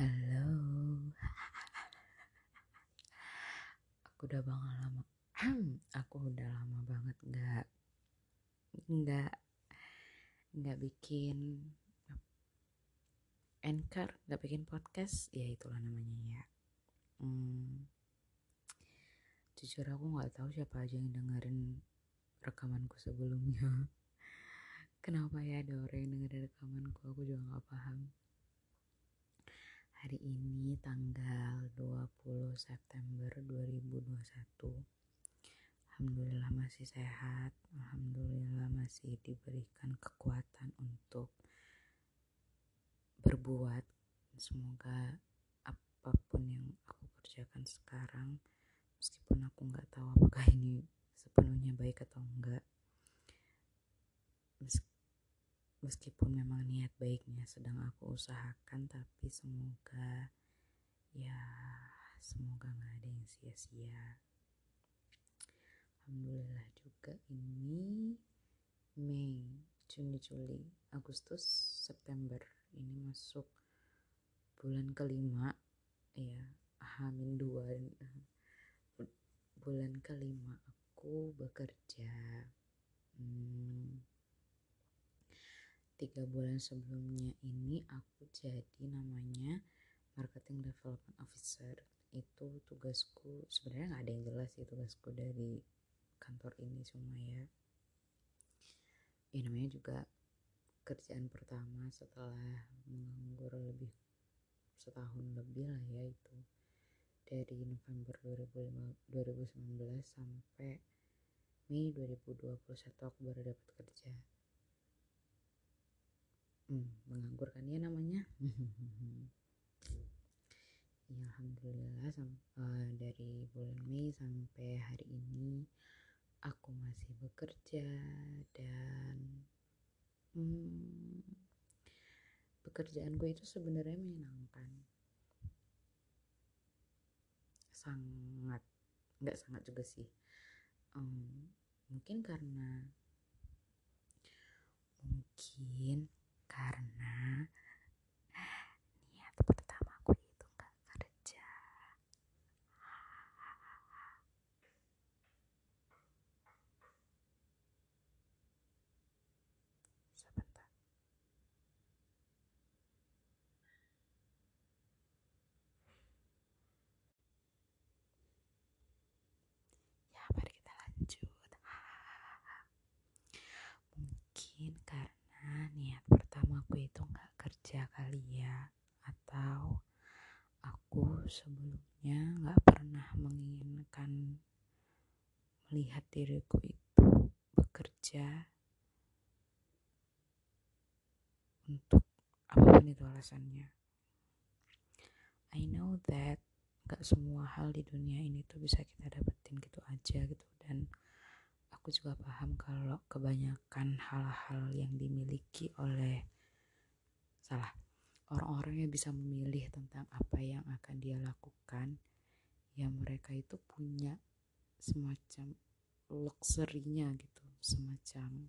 Halo, aku udah lama, aku udah lama banget nggak nggak bikin anchor, nggak bikin podcast, ya itulah namanya ya. Jujur aku nggak tahu siapa aja yang dengerin rekamanku sebelumnya. Kenapa ya ada orang yang dengerin rekamanku? Aku juga nggak paham. Hari ini tanggal 20 September 2021. Alhamdulillah masih sehat. Alhamdulillah masih diberikan kekuatan untuk berbuat. Semoga apapun yang aku kerjakan sekarang, meskipun aku nggak tahu apakah ini sepenuhnya baik atau enggak, meskipun memang niat baiknya sedang aku usahakan, tapi semoga nggak ada yang sia-sia. Alhamdulillah juga ini Mei, Juni, Juli, Agustus, September ini masuk bulan kelima ya, H-2 bulan kelima aku bekerja. 3 bulan sebelumnya ini aku jadi namanya Marketing Development Officer. Itu tugasku, sebenarnya nggak ada yang jelas sih tugasku dari kantor ini semua ya. Namanya juga kerjaan pertama setelah menganggur lebih setahun lebih lah ya, itu dari November 2019 sampai Mei 2021 aku baru dapat kerja. Menganggur kan ya namanya. Ya alhamdulillah dari bulan Mei sampai hari ini aku masih bekerja dan pekerjaanku itu sebenarnya menyenangkan. Nggak sangat juga sih. Mungkin karena niat pertamaku itu nggak kerja. Sebentar. Ya, mari kita lanjut. Mungkin karena niat pertamaku itu nggak kerja kali ya, atau aku sebelumnya nggak pernah menginginkan melihat diriku itu bekerja untuk apapun itu alasannya. I know that gak semua hal di dunia ini tuh bisa kita dapetin gitu aja gitu, dan aku juga paham kalau kebanyakan hal-hal yang dimiliki oleh orang-orang yang bisa memilih tentang apa yang akan dia lakukan, ya mereka itu punya semacam luxury-nya gitu, semacam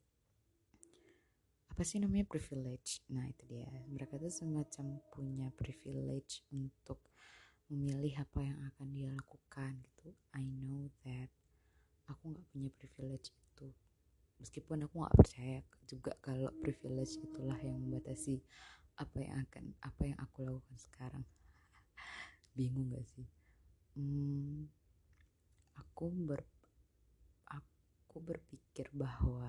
apa sih namanya, privilege. Nah itu dia, mereka tuh semacam punya privilege untuk memilih apa yang akan dia lakukan gitu. I know that aku nggak punya privilege itu, meskipun aku nggak percaya juga kalau privilege itulah yang membatasi apa yang aku lakukan sekarang. Bingung gak sih? Aku berpikir bahwa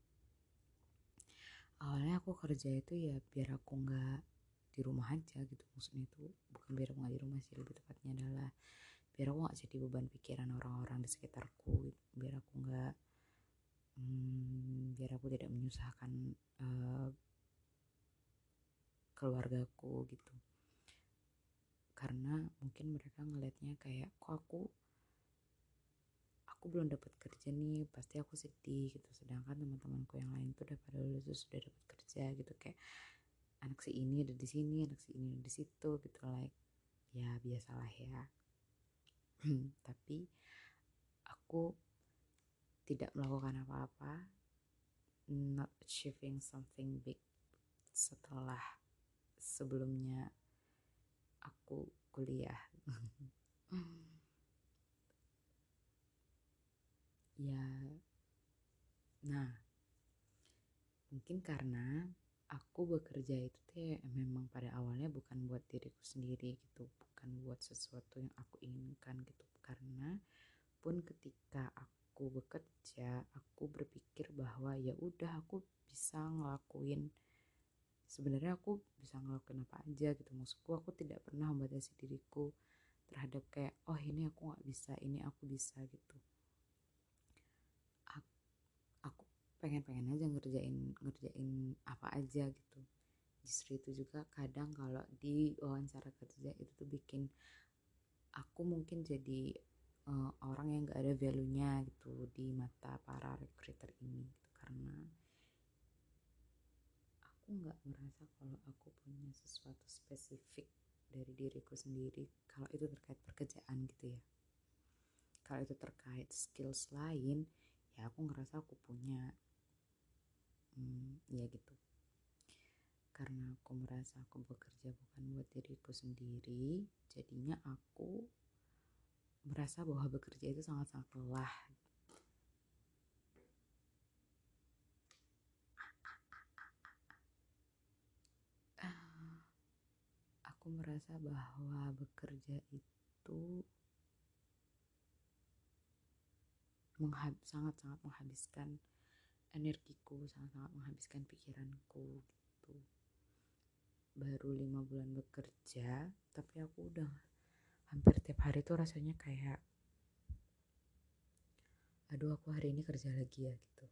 awalnya aku kerja itu ya biar aku nggak di rumah aja gitu. Maksudnya itu bukan biar aku nggak di rumah sih, lebih tepatnya adalah biar aku nggak jadi beban pikiran orang-orang di sekitarku, biar aku nggak biar aku tidak menyusahkan keluargaku gitu. Karena mungkin mereka ngelihatnya kayak, kok aku belum dapat kerja nih, pasti aku sedih gitu. Sedangkan teman-temanku yang lain tuh udah pada lulus, sudah dapat kerja gitu, kayak anak si ini ada di sini, anak si ini ada di situ gitu, like ya biasalah ya. Tapi aku tidak melakukan apa-apa, not achieving something big setelah sebelumnya aku kuliah. Ya, nah mungkin karena aku bekerja itu tuh memang pada awalnya bukan buat diriku sendiri gitu, bukan buat sesuatu yang aku inginkan gitu. Karena pun ketika aku bekerja, aku berpikir bahwa ya udah aku bisa ngelakuin, sebenarnya aku bisa ngelakuin apa aja gitu. Maksudku aku tidak pernah membatasi diriku terhadap kayak oh ini aku nggak bisa, ini aku bisa gitu. Aku pengen aja ngerjain apa aja gitu. Justru itu juga kadang kalau di wawancara kerja itu tuh bikin aku mungkin jadi orang yang gak ada value-nya gitu di mata para recruiter ini gitu. Karena aku gak merasa kalau aku punya sesuatu spesifik dari diriku sendiri kalau itu terkait pekerjaan gitu ya. Kalau itu terkait skills lain ya aku ngerasa aku punya ya gitu. Karena aku merasa aku bekerja bukan buat diriku sendiri, jadinya aku merasa bahwa bekerja itu sangat-sangat lelah. Aku merasa bahwa bekerja itu sangat-sangat menghabiskan energiku, sangat-sangat menghabiskan pikiranku gitu. Baru 5 bulan bekerja, tapi aku udah hampir tiap hari tuh rasanya kayak aduh aku hari ini kerja lagi ya gitu.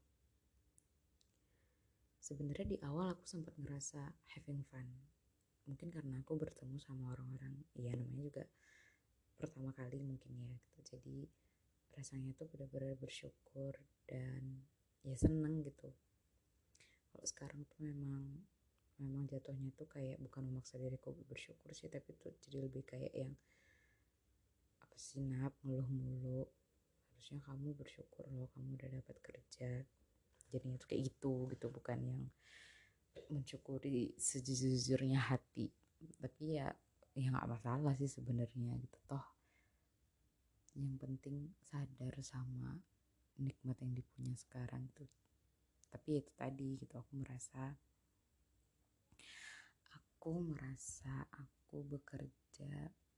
Sebenarnya di awal aku sempat ngerasa having fun. Mungkin karena aku bertemu sama orang-orang, ya namanya juga pertama kali mungkin ya gitu. Jadi rasanya tuh benar-benar bersyukur dan ya seneng gitu. Kalau sekarang tuh memang jatuhnya tuh kayak bukan memaksa diriku bersyukur sih, tapi tuh jadi lebih kayak yang apa sih Nap, ngeluh mulu, harusnya kamu bersyukur loh kamu udah dapat kerja. Jadinya tuh kayak gitu bukan yang mensyukuri sejujurnya hati. Tapi ya nggak masalah sih sebenarnya gitu, toh yang penting sadar sama nikmat yang dipunya sekarang tuh. Tapi itu tadi gitu, aku bekerja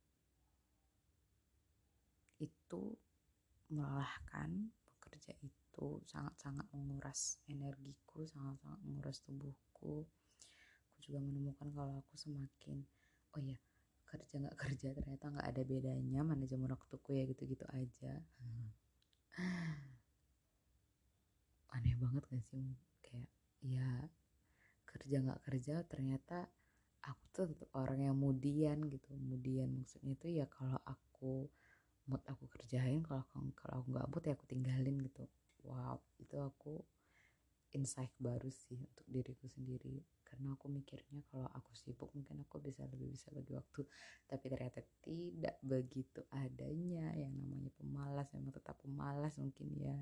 itu melelahkan. Bekerja itu sangat-sangat menguras energiku, sangat-sangat menguras tubuhku. Aku juga menemukan kalau aku semakin oh ya kerja nggak kerja ternyata nggak ada bedanya, manajemen waktuku ya gitu-gitu aja. Aneh banget gak sih, kayak ya kerja nggak kerja ternyata aku tuh tetap orang yang mudian gitu. Mudian maksudnya itu ya kalau aku mood aku kerjain, kalau aku nggak mood ya aku tinggalin gitu. Wow, itu aku insight baru sih untuk diriku sendiri. Karena aku mikirnya kalau aku sibuk mungkin aku lebih bisa bagi waktu, tapi ternyata tidak begitu adanya. Yang namanya pemalas memang tetap pemalas mungkin ya.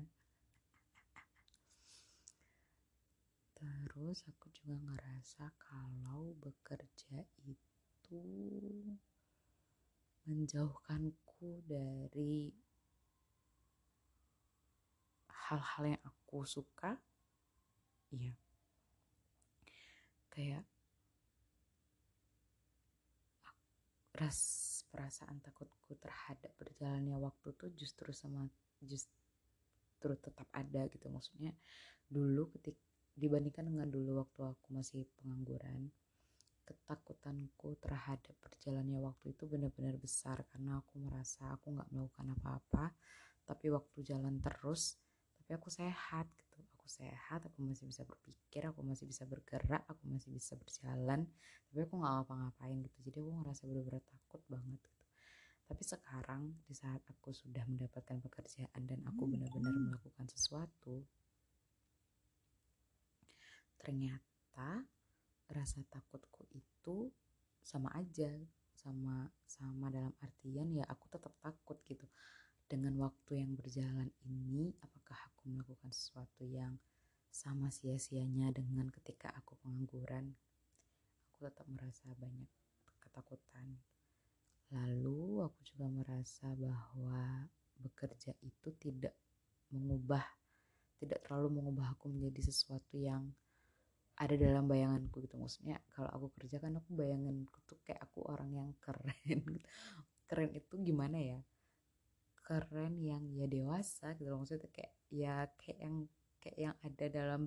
Terus aku juga ngerasa kalau bekerja itu menjauhkanku dari hal-hal yang aku suka. Iya, kayak perasaan takutku terhadap berjalannya waktu tuh justru tetap ada gitu. Maksudnya dulu dibandingkan dengan dulu waktu aku masih pengangguran, ketakutanku terhadap berjalannya waktu itu benar-benar besar karena aku merasa aku nggak melakukan apa-apa, tapi waktu jalan terus, tapi aku sehat gitu. Aku masih bisa berpikir, aku masih bisa bergerak, aku masih bisa berjalan, tapi aku nggak ngapa-ngapain gitu. Jadi aku ngerasa benar-benar takut banget gitu. Tapi sekarang di saat aku sudah mendapatkan pekerjaan dan aku benar-benar melakukan sesuatu, ternyata rasa takutku itu sama aja, sama dalam artian ya aku tetap takut gitu. Dengan waktu yang berjalan ini, apakah aku melakukan sesuatu yang sama sia-sianya dengan ketika aku pengangguran? Aku tetap merasa banyak ketakutan. Lalu aku juga merasa bahwa bekerja itu tidak terlalu mengubah aku menjadi sesuatu yang ada dalam bayanganku gitu. Maksudnya kalau aku kerja kan aku bayanganku tuh kayak aku orang yang keren gitu. Keren itu gimana ya? Keren yang ya dewasa gitu loh. Maksudnya kayak ya kayak yang ada dalam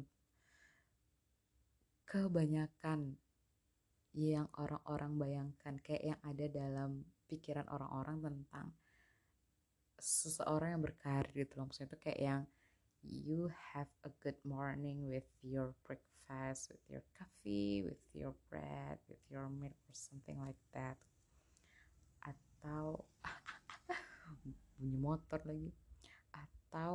kebanyakan yang orang-orang bayangkan, kayak yang ada dalam pikiran orang-orang tentang seseorang yang berkarir gitu loh. Maksudnya itu kayak yang you have a good morning with your breakfast, with your coffee, with your bread, with your milk or something like that. Atau bunyi motor lagi. Atau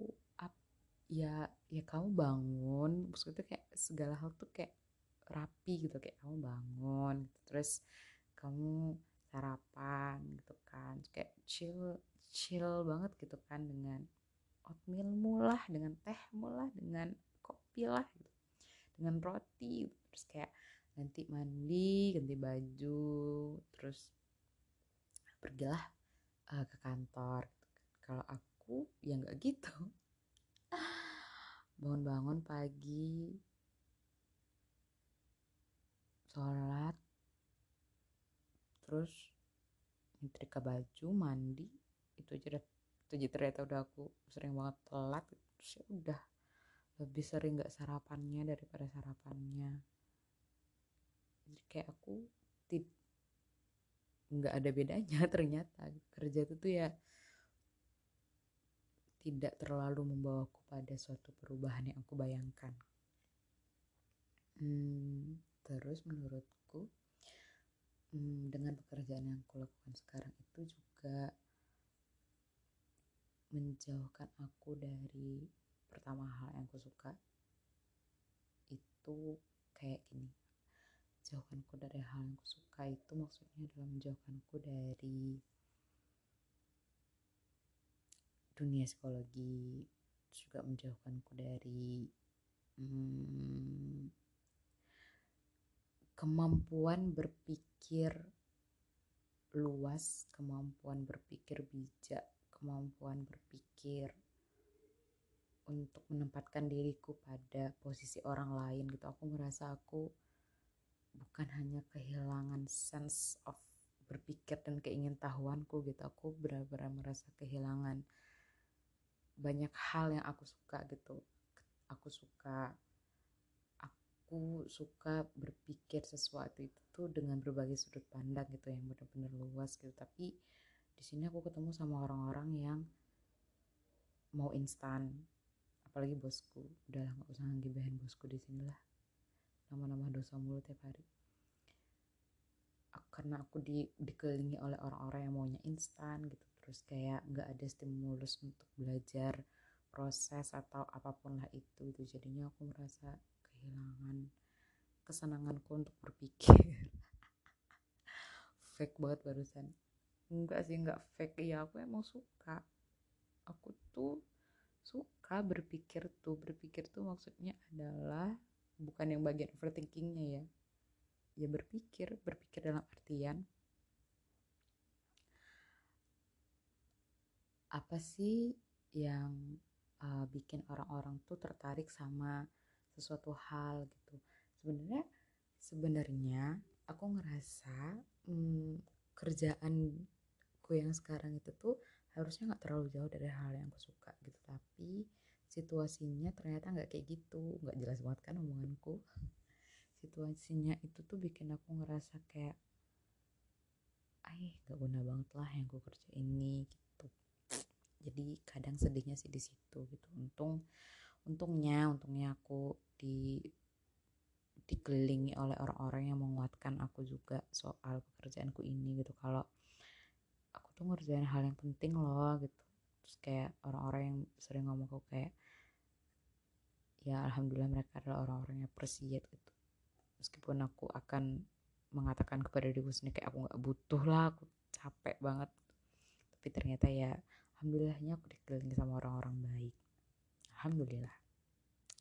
ya kamu bangun, maksudnya itu kayak segala hal tuh kayak rapi gitu, kayak kamu bangun gitu. Terus kamu sarapan gitu kan, kayak chill chill banget gitu kan, dengan oatmealmu lah, dengan tehmu lah, dengan kopi lah gitu, dengan roti gitu. Terus kayak nanti mandi, ganti baju, terus pergilah ke kantor gitu. Kalau aku ya nggak gitu. Bangun-bangun pagi, sholat, terus nyetrika baju, mandi, itu aja ternyata udah aku sering banget telat. Terus ya udah lebih sering nggak sarapannya daripada sarapannya. Jadi kayak aku nggak ada bedanya ternyata. Kerja itu tuh ya tidak terlalu membawaku pada suatu perubahan yang aku bayangkan. Terus menurutku dengan pekerjaan yang aku lakukan sekarang itu juga menjauhkan aku dari, pertama hal yang aku suka itu kayak gini. Jauhkanku dari hal yang aku suka itu maksudnya adalah menjauhkanku dari dunia psikologi, juga menjauhkanku dari kemampuan berpikir luas, kemampuan berpikir bijak, kemampuan berpikir untuk menempatkan diriku pada posisi orang lain gitu. Aku merasa aku bukan hanya kehilangan sense of berpikir dan keingintahuanku gitu. Aku benar-benar merasa kehilangan banyak hal yang aku suka gitu. Aku suka berpikir sesuatu itu tuh dengan berbagai sudut pandang gitu, yang benar-benar luas gitu. Tapi di sini aku ketemu sama orang-orang yang mau instan, apalagi bosku. Udahlah, nggak usah ngegibahin bosku di sini lah, nama-nama dosa mulu tiap hari. Karena aku dikelilingi oleh orang-orang yang maunya instan gitu, terus kayak nggak ada stimulus untuk belajar proses atau apapun lah itu. Jadinya aku merasa kehilangan kesenanganku untuk berpikir. Fake banget barusan. Enggak sih, enggak fake. Iya, aku emang suka. Aku tuh suka berpikir tuh. Berpikir tuh maksudnya adalah bukan yang bagian overthinkingnya ya. Ya berpikir dalam artian apa sih yang bikin orang-orang tuh tertarik sama sesuatu hal gitu. Sebenarnya aku ngerasa kerjaanku yang sekarang itu tuh harusnya nggak terlalu jauh dari hal yang aku suka gitu, tapi situasinya ternyata nggak kayak gitu. Nggak jelas banget kan omonganku. Situasinya itu tuh bikin aku ngerasa kayak nggak guna banget lah yang aku kerja ini gitu. Jadi kadang sedihnya sih di situ gitu. Untungnya aku dikelilingi oleh orang-orang yang menguatkan aku juga soal pekerjaanku ini gitu. Kalau aku tuh ngerjain hal yang penting loh gitu. Terus kayak orang-orang yang sering ngomong aku kayak, ya alhamdulillah mereka adalah orang-orang yang appreciate gitu. Meskipun aku akan mengatakan kepada diriku sendiri kayak aku gak butuh lah, aku capek banget. Tapi ternyata ya alhamdulillahnya aku dikelilingi sama orang-orang baik. Alhamdulillah.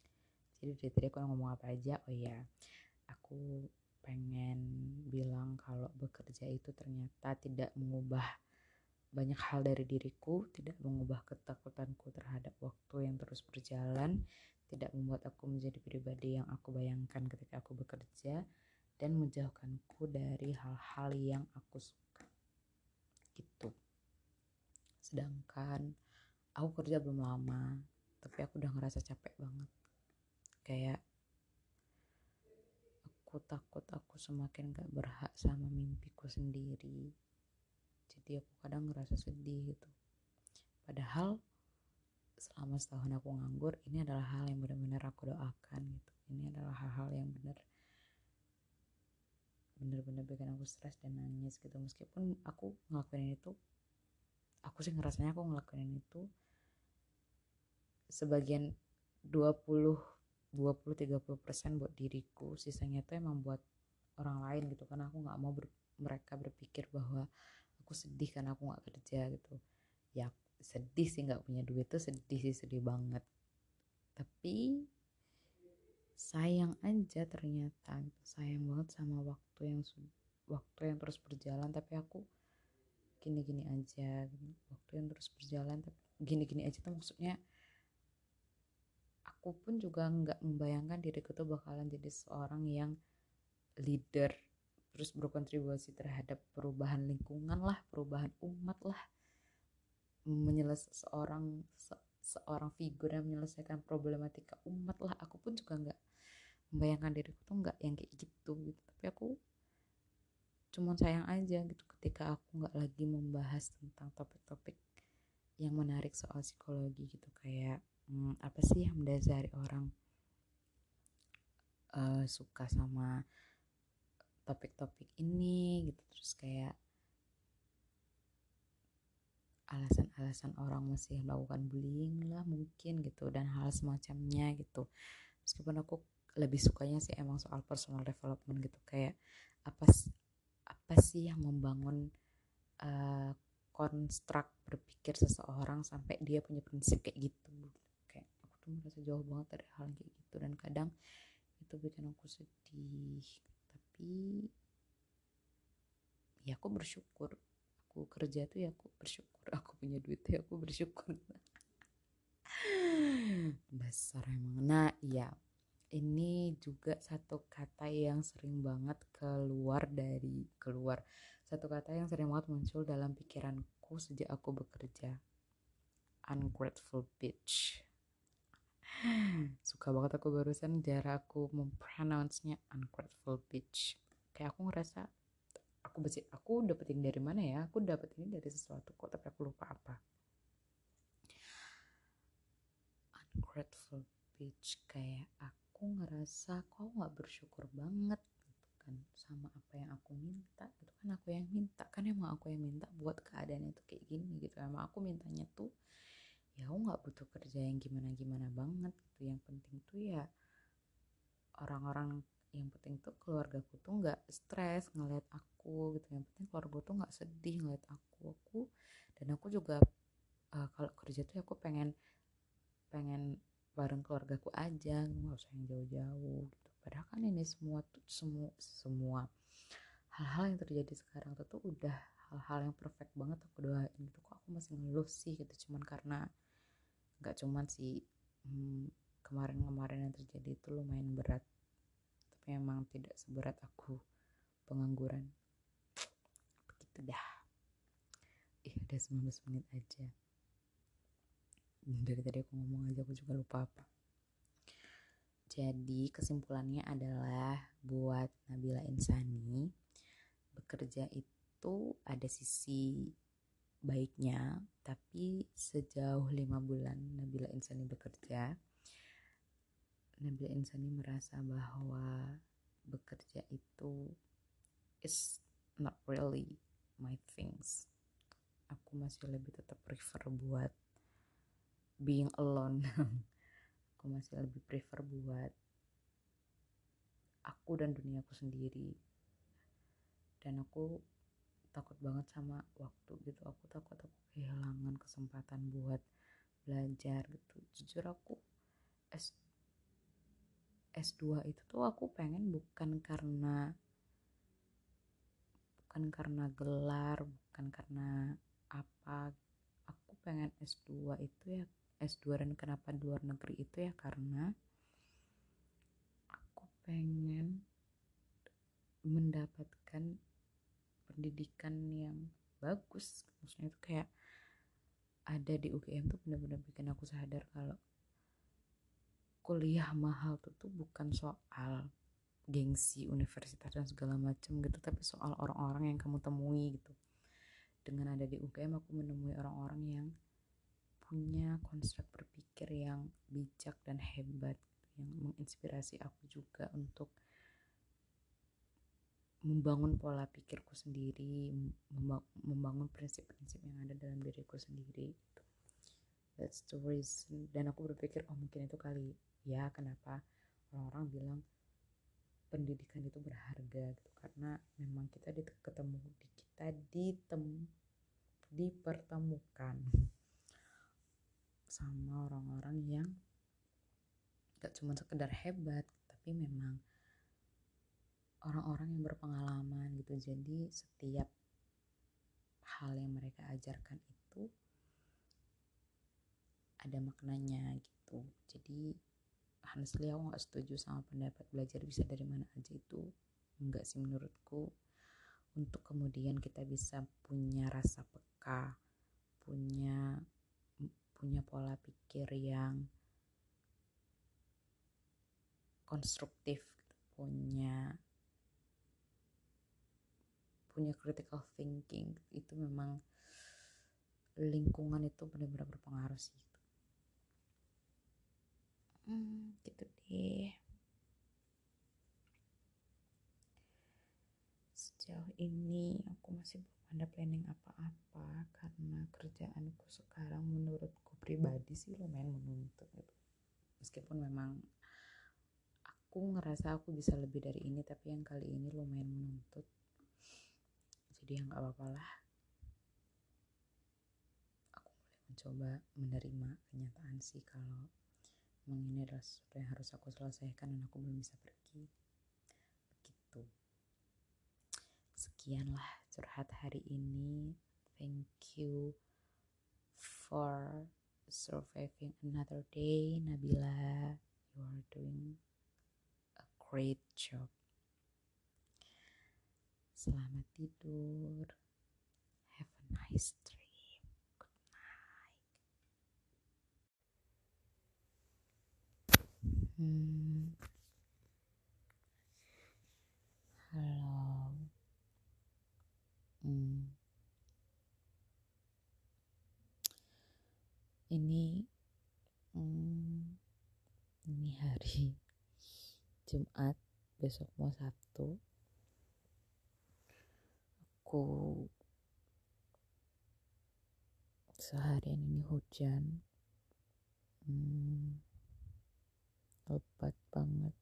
Jadi dari tadi aku ngomong apa aja. Oh iya, aku pengen bilang kalau kalau bekerja itu ternyata tidak mengubah banyak hal dari diriku, tidak mengubah ketakutanku terhadap waktu yang terus berjalan, tidak membuat aku menjadi pribadi yang aku bayangkan ketika aku bekerja, dan menjauhkanku dari hal-hal yang aku suka gitu. Sedangkan aku kerja belum lama, tapi aku udah ngerasa capek banget. Kayak aku takut aku semakin gak berhak sama mimpiku sendiri. Jadi aku kadang ngerasa sedih gitu. Padahal selama setahun aku nganggur, ini adalah hal yang benar-benar aku doakan gitu. Ini adalah hal-hal yang benar-benar bikin aku stres dan nangis gitu. Meskipun aku ngelakuin itu, aku sih ngerasanya aku ngelakuin itu sebagian 20-30% buat diriku, sisanya itu emang buat orang lain gitu. Karena aku nggak mau mereka berpikir bahwa aku sedih karena aku nggak kerja gitu. Ya sedih sih, nggak punya duit tuh sedih sih, sedih banget. Tapi sayang aja ternyata, sayang banget sama waktu yang terus berjalan, tapi aku gini-gini aja. Waktu yang terus berjalan tapi gini-gini aja tuh maksudnya aku pun juga nggak membayangkan diriku tuh bakalan jadi seorang yang leader, terus berkontribusi terhadap perubahan lingkungan lah, perubahan umat lah, seorang figur yang menyelesaikan problematika umat lah. Aku pun juga nggak membayangkan diriku tuh nggak yang kayak gitu. Tapi aku cuman sayang aja gitu ketika aku nggak lagi membahas tentang topik-topik yang menarik soal psikologi gitu. Kayak apa sih yang mendasari orang suka sama topik-topik ini gitu. Terus kayak alasan-alasan orang masih melakukan bullying lah mungkin gitu, dan hal semacamnya gitu. Meskipun aku lebih sukanya sih emang soal personal development gitu. Kayak apa sih yang membangun konstruk berpikir seseorang sampai dia punya prinsip kayak gitu. Kayak aku tuh merasa jauh banget dari hal kayak gitu, dan kadang itu bikin aku sedih. Tapi ya aku bersyukur, aku kerja tuh ya aku bersyukur, aku punya duit tuh ya aku bersyukur. Dasar emang. Nah iya, ini juga satu kata yang sering banget keluar satu kata yang sering banget muncul dalam pikiranku sejak aku bekerja. Ungrateful bitch. Suka banget aku barusan cara aku mempronounce-nya, ungrateful bitch. Kayak aku ngerasa aku dapetin dari mana ya? Aku dapet ini dari sesuatu kok, tapi aku lupa apa. Ungrateful bitch, kayak aku ngerasa kok nggak bersyukur banget gitu kan sama apa yang aku minta. Itu kan aku yang minta, kan emang aku yang minta buat keadaan itu kayak gini gitu. Emang aku mintanya tuh ya aku nggak butuh kerja yang gimana-gimana banget gitu. Yang penting tuh ya orang-orang, yang penting tuh keluargaku tuh nggak stres ngeliat aku gitu. Yang penting keluarga tuh nggak sedih ngeliat aku. Dan aku juga kalau kerja tuh aku pengen bareng keluargaku aja, nggak usah yang jauh-jauh gitu. Padahal kan ini semua hal-hal yang terjadi sekarang tuh udah hal-hal yang perfect banget aku doain gitu. Kok aku masih ngeluh sih gitu, cuman karena nggak cuman sih kemarin-kemarin yang terjadi itu lumayan berat, tapi emang tidak seberat aku pengangguran. Begitu dah. Udah 19 menit aja. Dari tadi aku ngomong aja aku juga lupa apa. Jadi kesimpulannya adalah buat Nabila Insani, bekerja itu ada sisi baiknya, tapi sejauh 5 bulan Nabila Insani bekerja, Nabila Insani merasa bahwa bekerja itu is not really my things. Aku masih lebih tetap prefer buat being alone. Aku masih lebih prefer buat aku dan duniaku sendiri. Dan aku takut banget sama waktu gitu. Aku takut aku kehilangan kesempatan buat belajar gitu. Jujur aku S2 itu tuh aku pengen bukan karena bukan karena gelar, bukan karena apa. Aku pengen S2 itu ya, S2 dan kenapa di luar negeri itu ya karena aku pengen mendapatkan pendidikan yang bagus. Maksudnya itu kayak ada di UGM tuh benar-benar bikin aku sadar kalau kuliah mahal tuh bukan soal gengsi universitas dan segala macam gitu, tapi soal orang-orang yang kamu temui gitu. Dengan ada di UGM aku menemui orang-orang yang punya konsep berpikir yang bijak dan hebat, yang menginspirasi aku juga untuk membangun pola pikirku sendiri, membangun prinsip-prinsip yang ada dalam diriku sendiri gitu. That's the reason. Dan aku berpikir mungkin itu kali ya kenapa orang-orang bilang pendidikan itu berharga gitu, karena memang kita dipertemukan sama orang-orang yang gak cuma sekedar hebat, tapi memang orang-orang yang berpengalaman gitu. Jadi setiap hal yang mereka ajarkan itu ada maknanya gitu. Jadi honestly aku gak setuju sama pendapat belajar bisa dari mana aja, itu enggak sih menurutku. Untuk kemudian kita bisa punya rasa peka, punya pola pikir yang konstruktif, punya critical thinking, itu memang lingkungan itu benar-benar berpengaruh sih. Gitu deh. Sejauh ini aku masih belum ada planning apa-apa karena kerjaanku sekarang menurutku pribadi sih lumayan menuntut gitu. Meskipun memang aku ngerasa aku bisa lebih dari ini, tapi yang kali ini lumayan menuntut. Jadi ya gak apa-apa lah. Aku mulai mencoba menerima kenyataan sih kalau memang ini adalah sesuatu yang harus aku selesaikan dan aku belum bisa pergi. Begitu. Sekianlah curhat hari ini. Thank you for surviving another day, Nabila. You are doing a great job. Selamat tidur. Have a nice dream. Good night. Halo. Ini hari Jumat, besok mau Sabtu. Aku seharian ini hujan, lebat banget.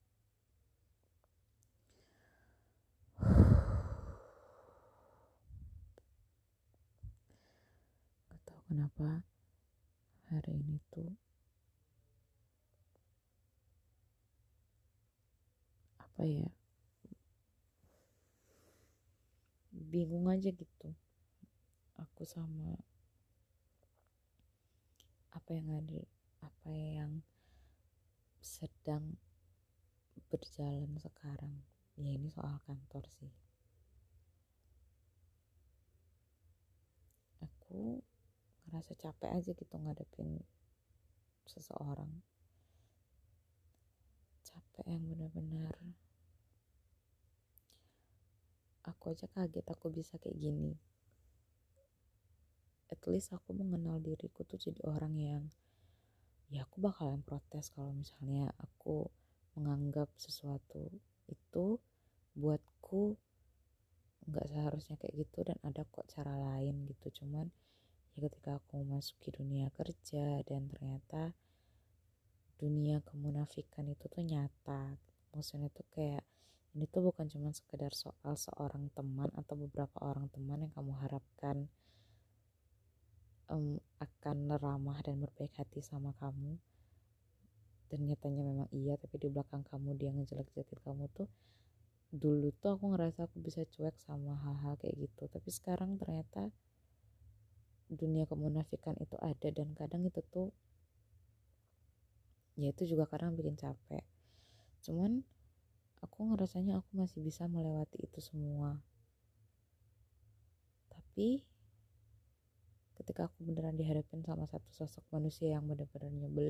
Gak tahu kenapa hari ini tuh apa ya, bingung aja gitu aku sama apa yang sedang berjalan sekarang. Ya ini soal kantor sih. Aku ngerasa capek aja gitu ngadepin seseorang. Capek yang benar-benar aku aja kaget aku bisa kayak gini. At least aku mengenal diriku tuh jadi orang yang ya aku bakalan protes kalau misalnya aku menganggap sesuatu itu buatku nggak seharusnya kayak gitu dan ada kok cara lain gitu. Cuman ya ketika aku memasuki dunia kerja dan ternyata dunia kemunafikan itu tuh nyata. Maksudnya tuh kayak ini tuh bukan cuma sekedar soal seorang teman atau beberapa orang teman yang kamu harapkan akan ramah dan berbaik hati sama kamu, dan nyatanya memang iya, tapi di belakang kamu dia ngejelek-jelekin kamu tuh dulu tuh aku ngerasa aku bisa cuek sama hal-hal kayak gitu, tapi sekarang ternyata dunia kemunafikan itu ada, dan kadang itu tuh ya itu juga kadang bikin capek. Cuman aku ngerasanya aku masih bisa melewati itu semua. Tapi ketika aku beneran dihadapin sama satu sosok manusia yang benar-benar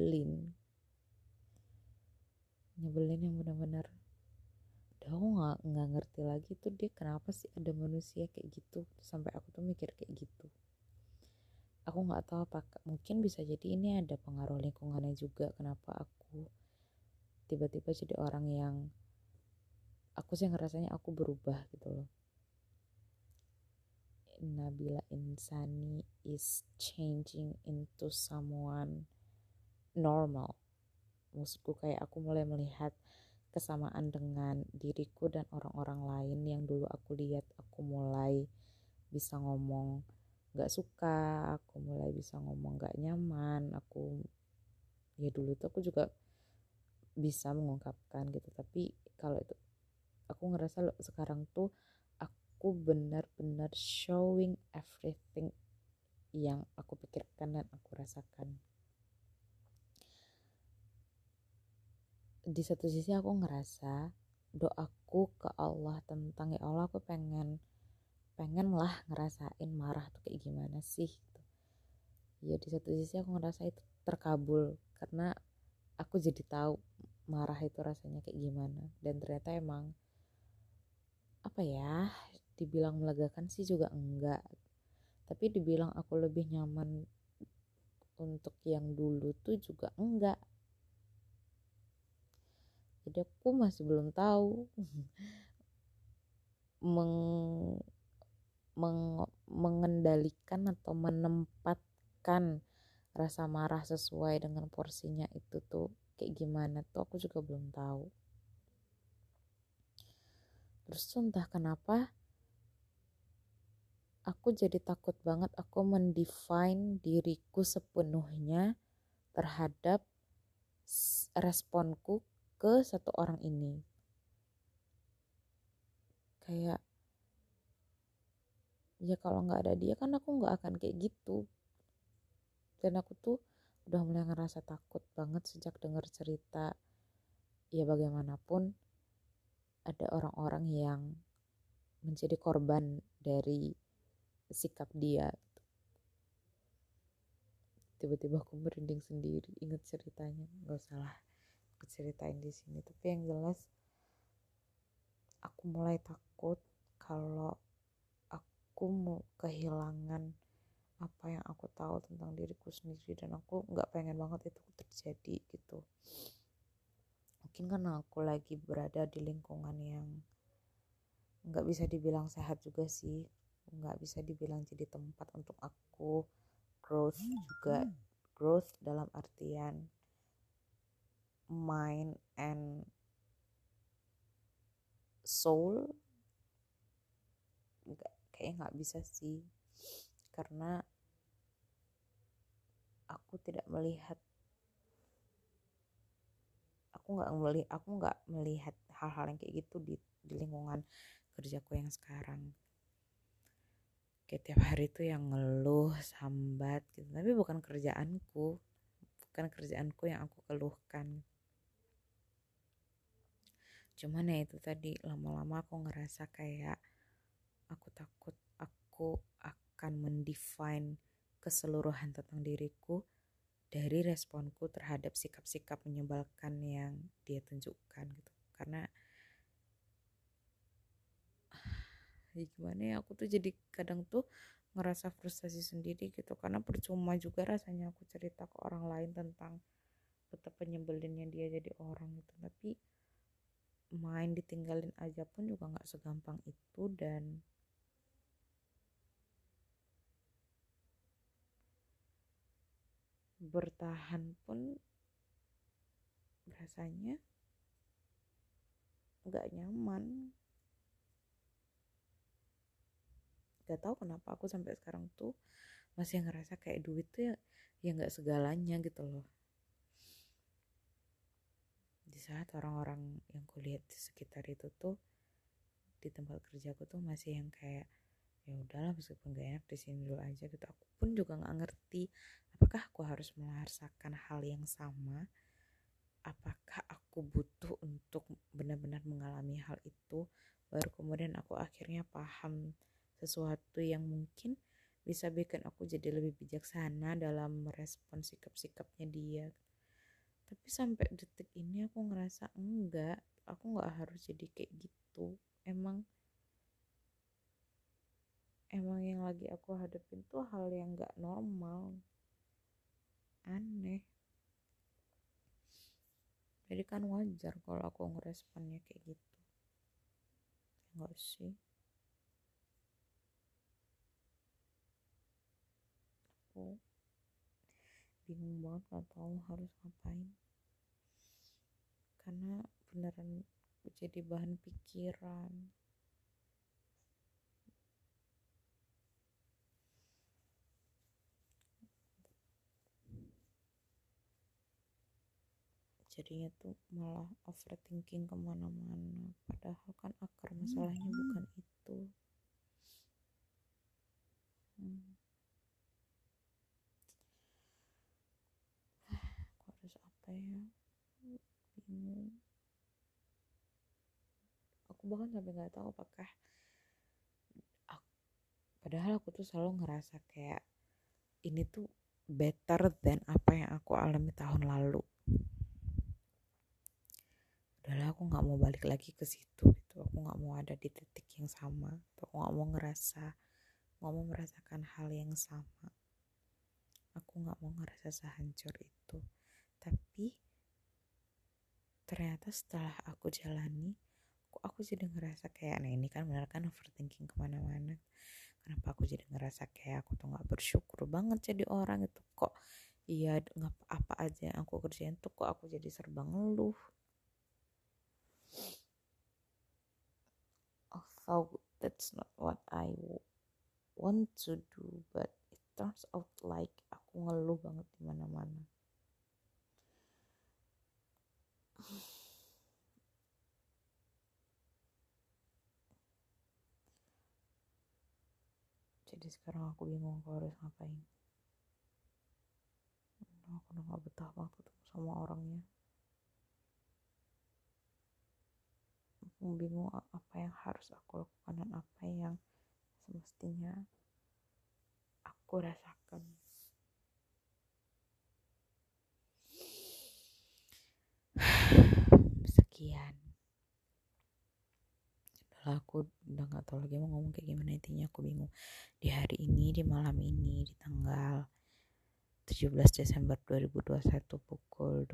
nyebelin yang benar-benar udah aku nggak ngerti lagi tuh dia kenapa sih ada manusia kayak gitu, sampai aku tuh mikir kayak gitu. Aku nggak tahu apakah mungkin bisa jadi ini ada pengaruh lingkungannya juga, kenapa aku tiba-tiba jadi orang yang aku sih ngerasanya aku berubah gitu loh. Nabila Insani is changing into someone normal. Maksudku kayak aku mulai melihat kesamaan dengan diriku dan orang-orang lain yang dulu aku lihat. Aku mulai bisa ngomong gak suka, aku mulai bisa ngomong gak nyaman, aku ya dulu tuh aku juga bisa mengungkapkan gitu, tapi kalau itu aku ngerasa sekarang tuh aku benar-benar showing everything yang aku pikirkan dan aku rasakan. Di satu sisi aku ngerasa doaku ke Allah tentang ya Allah aku pengen lah ngerasain marah tuh kayak gimana sih gitu. Ya di satu sisi aku ngerasa itu terkabul karena aku jadi tahu marah itu rasanya kayak gimana, dan ternyata emang apa ya, dibilang melegakan sih juga enggak, tapi dibilang aku lebih nyaman untuk yang dulu tuh juga enggak. Jadi aku masih belum tahu mengendalikan atau menempatkan rasa marah sesuai dengan porsinya itu tuh kayak gimana tuh aku juga belum tahu. Terus tuh entah kenapa aku jadi takut banget aku mendefine diriku sepenuhnya terhadap responku ke satu orang ini. Kayak ya kalau nggak ada dia kan aku nggak akan kayak gitu. Dan aku tuh udah mulai ngerasa takut banget sejak dengar cerita ya bagaimanapun ada orang-orang yang menjadi korban dari sikap dia. Tiba-tiba aku merinding sendiri ingat ceritanya. Gak usah lah aku ceritain di sini, tapi yang jelas aku mulai takut kalau aku mau kehilangan apa yang aku tahu tentang diriku sendiri, dan aku nggak pengen banget itu terjadi gitu. Mungkin karena aku lagi berada di lingkungan yang nggak bisa dibilang sehat juga sih, nggak bisa dibilang jadi tempat untuk aku growth juga. Growth dalam artian mind and soul kayaknya nggak bisa sih, karena aku tidak melihat aku nggak melihat hal-hal yang kayak gitu di lingkungan kerjaku yang sekarang. Kayak tiap hari tuh yang ngeluh sambat gitu, tapi bukan kerjaanku yang aku keluhkan. Cuman ya itu tadi, lama-lama aku ngerasa kayak aku takut aku akan mendefine keseluruhan tentang diriku dari responku terhadap sikap-sikap menyebalkan yang dia tunjukkan gitu. Karena ya gimana ya, aku tuh jadi kadang tuh ngerasa frustasi sendiri gitu, karena percuma juga rasanya aku cerita ke orang lain tentang betapa nyebelinnya dia jadi orang gitu, tapi main ditinggalin aja pun juga nggak segampang itu, dan bertahan pun rasanya nggak nyaman. Gak tahu kenapa aku sampai sekarang tuh masih ngerasa kayak duit tuh ya nggak segalanya gitu loh. Di saat orang-orang yang kulihat di sekitar itu tuh di tempat kerjaku tuh masih yang kayak ya udahlah meskipun gak enak di sini dulu aja gitu. Aku pun juga nggak ngerti apakah aku harus merasakan hal yang sama, apakah aku butuh untuk benar-benar mengalami hal itu baru kemudian aku akhirnya paham sesuatu yang mungkin bisa bikin aku jadi lebih bijaksana dalam merespon sikap-sikapnya dia. Tapi sampai detik ini aku ngerasa enggak, aku nggak harus jadi kayak gitu. Emang yang lagi aku hadapin tuh hal yang nggak normal, aneh. Jadi kan wajar kalau aku ngeresponnya kayak gitu, enggak sih? Aku bingung banget, gak tahu harus ngapain. Karena beneran jadi bahan pikiran. Jadinya tuh malah overthinking kemana-mana. Padahal kan akar masalahnya bukan itu. Aku harus apa ya? Bingung. Aku bahkan sampai nggak tahu apakah padahal aku tuh selalu ngerasa kayak ini tuh better than apa yang aku alami tahun lalu. Udahlah, aku nggak mau balik lagi ke situ gitu. Aku nggak mau ada di titik yang sama. Aku nggak mau merasakan hal yang sama. Aku nggak mau ngerasa sehancur itu. Tapi ternyata setelah aku jalani, aku jadi ngerasa kayak, nah ini kan benar kan overthinking kemana-mana. Kenapa aku jadi ngerasa kayak aku tuh nggak bersyukur banget jadi orang itu, kok iya nggak apa aja yang aku kerjain tuh kok aku jadi serba ngeluh. Although that's not what I want to do, but it turns out like aku ngeluh banget di mana-mana. Jadi sekarang aku bingung aku harus ngapain. Aku udah gak betah banget ketemu sama orangnya. Aku bingung apa yang harus aku lakukan dan apa yang semestinya aku rasakan. Sekian. Setelah aku udah gak tahu lagi mau ngomong kayak gimana, intinya aku bingung. Di hari ini, di malam ini, di tanggal 17 Desember 2021 pukul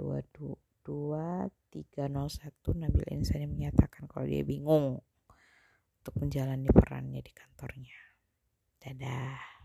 23.01 Nabila Insani menyatakan kalau dia bingung untuk menjalani perannya di kantornya. Dadah.